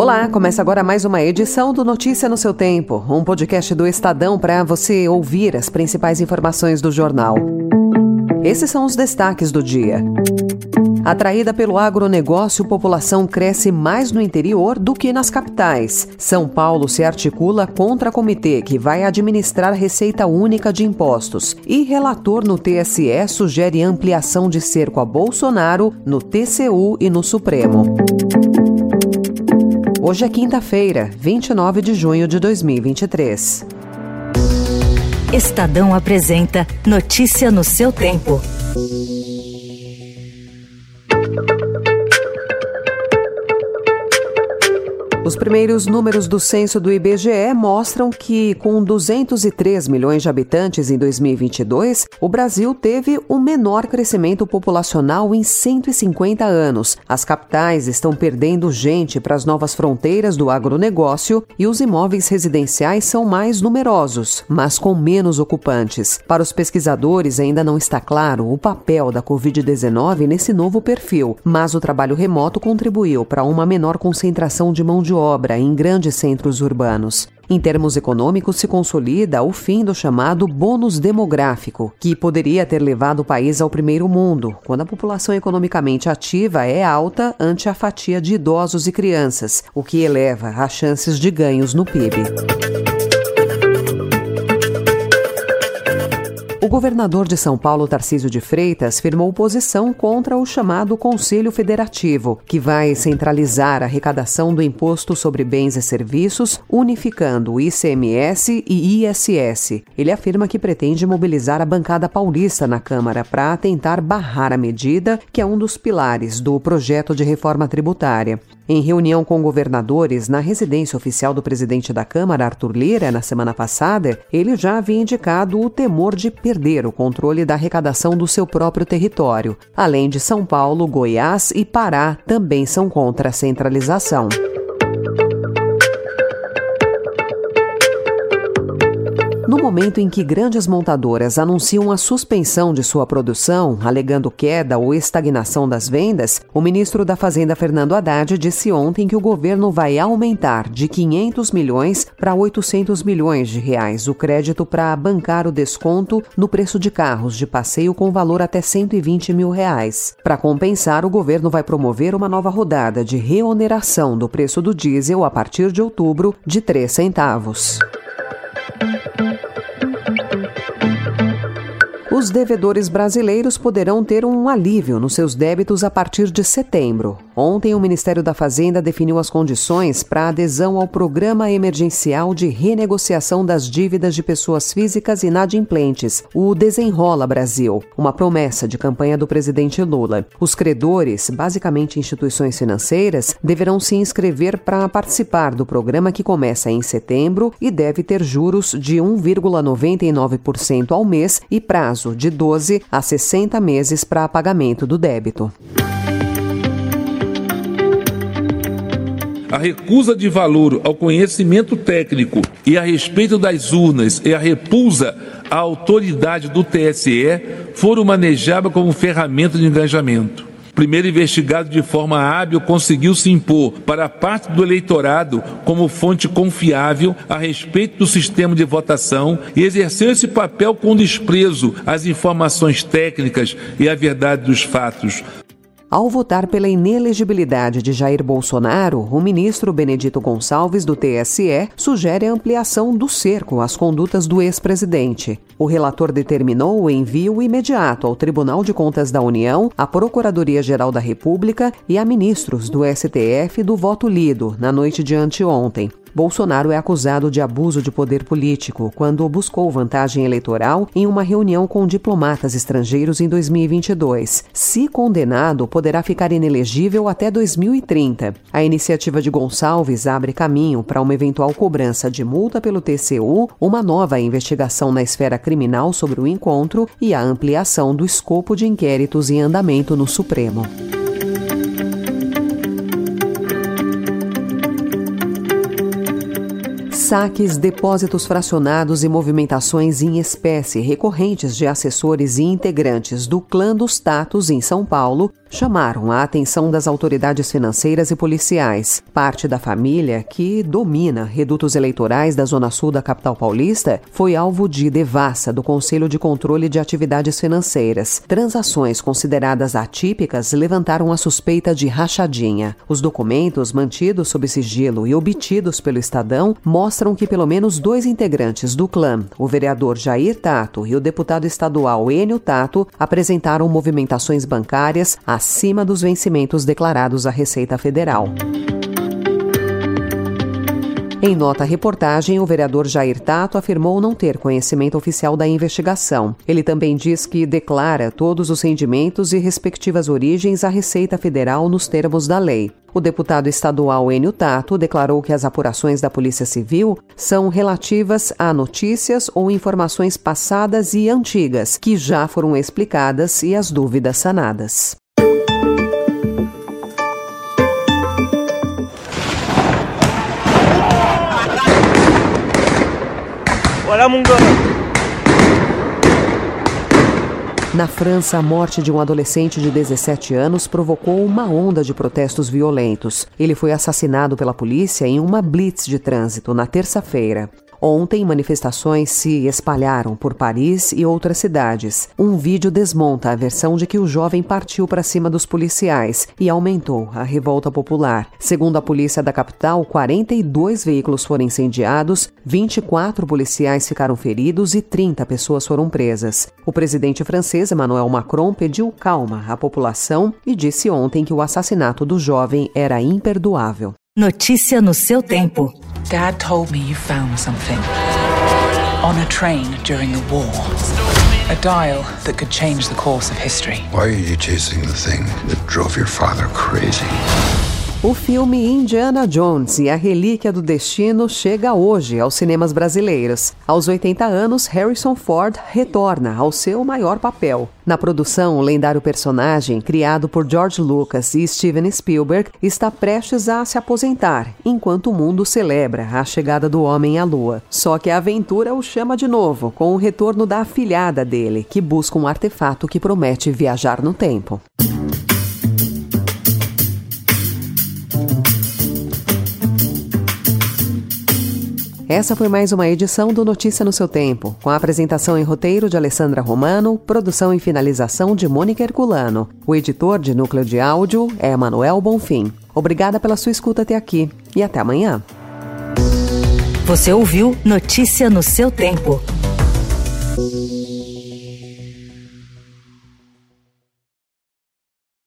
Olá, começa agora mais uma edição do Notícia no seu Tempo, um podcast do Estadão para você ouvir as principais informações do jornal. Esses são os destaques do dia. Atraída pelo agronegócio, população cresce mais no interior do que nas capitais. São Paulo se articula contra comitê que vai administrar receita única de impostos. E relator no TSE sugere ampliação de cerco a Bolsonaro no TCU e no Supremo. Hoje é quinta-feira, 29 de junho de 2023. Estadão apresenta Notícia no seu tempo. Os primeiros números do censo do IBGE mostram que, com 203 milhões de habitantes em 2022, o Brasil teve o menor crescimento populacional em 150 anos. As capitais estão perdendo gente para as novas fronteiras do agronegócio e os imóveis residenciais são mais numerosos, mas com menos ocupantes. Para os pesquisadores, ainda não está claro o papel da Covid-19 nesse novo perfil, mas o trabalho remoto contribuiu para uma menor concentração de mão de obra em grandes centros urbanos. Em termos econômicos, se consolida o fim do chamado bônus demográfico, que poderia ter levado o país ao primeiro mundo, quando a população economicamente ativa é alta ante a fatia de idosos e crianças, o que eleva as chances de ganhos no PIB. O governador de São Paulo, Tarcísio de Freitas, firmou posição contra o chamado Conselho Federativo, que vai centralizar a arrecadação do Imposto sobre Bens e Serviços, unificando o ICMS e ISS. Ele afirma que pretende mobilizar a bancada paulista na Câmara para tentar barrar a medida, que é um dos pilares do projeto de reforma tributária. Em reunião com governadores na residência oficial do presidente da Câmara, Arthur Lira, na semana passada, ele já havia indicado o temor de perder o controle da arrecadação do seu próprio território. Além de São Paulo, Goiás e Pará também são contra a centralização. No momento em que grandes montadoras anunciam a suspensão de sua produção, alegando queda ou estagnação das vendas, o ministro da Fazenda, Fernando Haddad, disse ontem que o governo vai aumentar de 500 milhões para 800 milhões de reais o crédito para bancar o desconto no preço de carros de passeio com valor até 120 mil reais. Para compensar, o governo vai promover uma nova rodada de reoneração do preço do diesel a partir de outubro de 3 centavos. Os devedores brasileiros poderão ter um alívio nos seus débitos a partir de setembro. Ontem, o Ministério da Fazenda definiu as condições para a adesão ao Programa Emergencial de Renegociação das Dívidas de Pessoas Físicas Inadimplentes, o Desenrola Brasil, uma promessa de campanha do presidente Lula. Os credores, basicamente instituições financeiras, deverão se inscrever para participar do programa que começa em setembro e deve ter juros de 1,99% ao mês e prazo de 12 a 60 meses para pagamento do débito. A recusa de valor ao conhecimento técnico e a respeito das urnas e a repulsa à autoridade do TSE foram manejadas como ferramenta de engajamento. O primeiro investigado de forma hábil conseguiu se impor para a parte do eleitorado como fonte confiável a respeito do sistema de votação e exerceu esse papel com desprezo às informações técnicas e à verdade dos fatos. Ao votar pela inelegibilidade de Jair Bolsonaro, o ministro Benedito Gonçalves, do TSE, sugere a ampliação do cerco às condutas do ex-presidente. O relator determinou o envio imediato ao Tribunal de Contas da União, à Procuradoria-Geral da República e a ministros do STF do voto lido na noite de anteontem. Bolsonaro é acusado de abuso de poder político quando buscou vantagem eleitoral em uma reunião com diplomatas estrangeiros em 2022. Se condenado, poderá ficar inelegível até 2030. A iniciativa de Gonçalves abre caminho para uma eventual cobrança de multa pelo TCU, uma nova investigação na esfera criminal sobre o encontro e a ampliação do escopo de inquéritos em andamento no Supremo. Saques, depósitos fracionados e movimentações em espécie recorrentes de assessores e integrantes do clã dos Tatos em São Paulo chamaram a atenção das autoridades financeiras e policiais. Parte da família, que domina redutos eleitorais da Zona Sul da capital paulista, foi alvo de devassa do Conselho de Controle de Atividades Financeiras. Transações consideradas atípicas levantaram a suspeita de rachadinha. Os documentos mantidos sob sigilo e obtidos pelo Estadão mostram que pelo menos 2 integrantes do clã, o vereador Jair Tato e o deputado estadual Enio Tato, apresentaram movimentações bancárias acima dos vencimentos declarados à Receita Federal. Em nota à reportagem, o vereador Jair Tato afirmou não ter conhecimento oficial da investigação. Ele também diz que declara todos os rendimentos e respectivas origens à Receita Federal nos termos da lei. O deputado estadual Enio Tato declarou que as apurações da Polícia Civil são relativas a notícias ou informações passadas e antigas, que já foram explicadas e as dúvidas sanadas. Na França, a morte de um adolescente de 17 anos provocou uma onda de protestos violentos. Ele foi assassinado pela polícia em uma blitz de trânsito na terça-feira. Ontem, manifestações se espalharam por Paris e outras cidades. Um vídeo desmonta a versão de que o jovem partiu para cima dos policiais e aumentou a revolta popular. Segundo a polícia da capital, 42 veículos foram incendiados, 24 policiais ficaram feridos e 30 pessoas foram presas. O presidente francês Emmanuel Macron pediu calma à população e disse ontem que o assassinato do jovem era imperdoável. Notícia no seu tempo. Dad told me you found something on a train during the war. A dial that could change the course of history. Why are you chasing the thing that drove your father crazy? O filme Indiana Jones e a Relíquia do Destino chega hoje aos cinemas brasileiros. Aos 80 anos, Harrison Ford retorna ao seu maior papel. Na produção, o lendário personagem, criado por George Lucas e Steven Spielberg, está prestes a se aposentar, enquanto o mundo celebra a chegada do homem à Lua. Só que a aventura o chama de novo, com o retorno da afilhada dele, que busca um artefato que promete viajar no tempo. Essa foi mais uma edição do Notícia no seu Tempo, com a apresentação em roteiro de Alessandra Romano, produção e finalização de Mônica Herculano. O editor de núcleo de áudio é Manuel Bonfim. Obrigada pela sua escuta até aqui e até amanhã. Você ouviu Notícia no seu Tempo.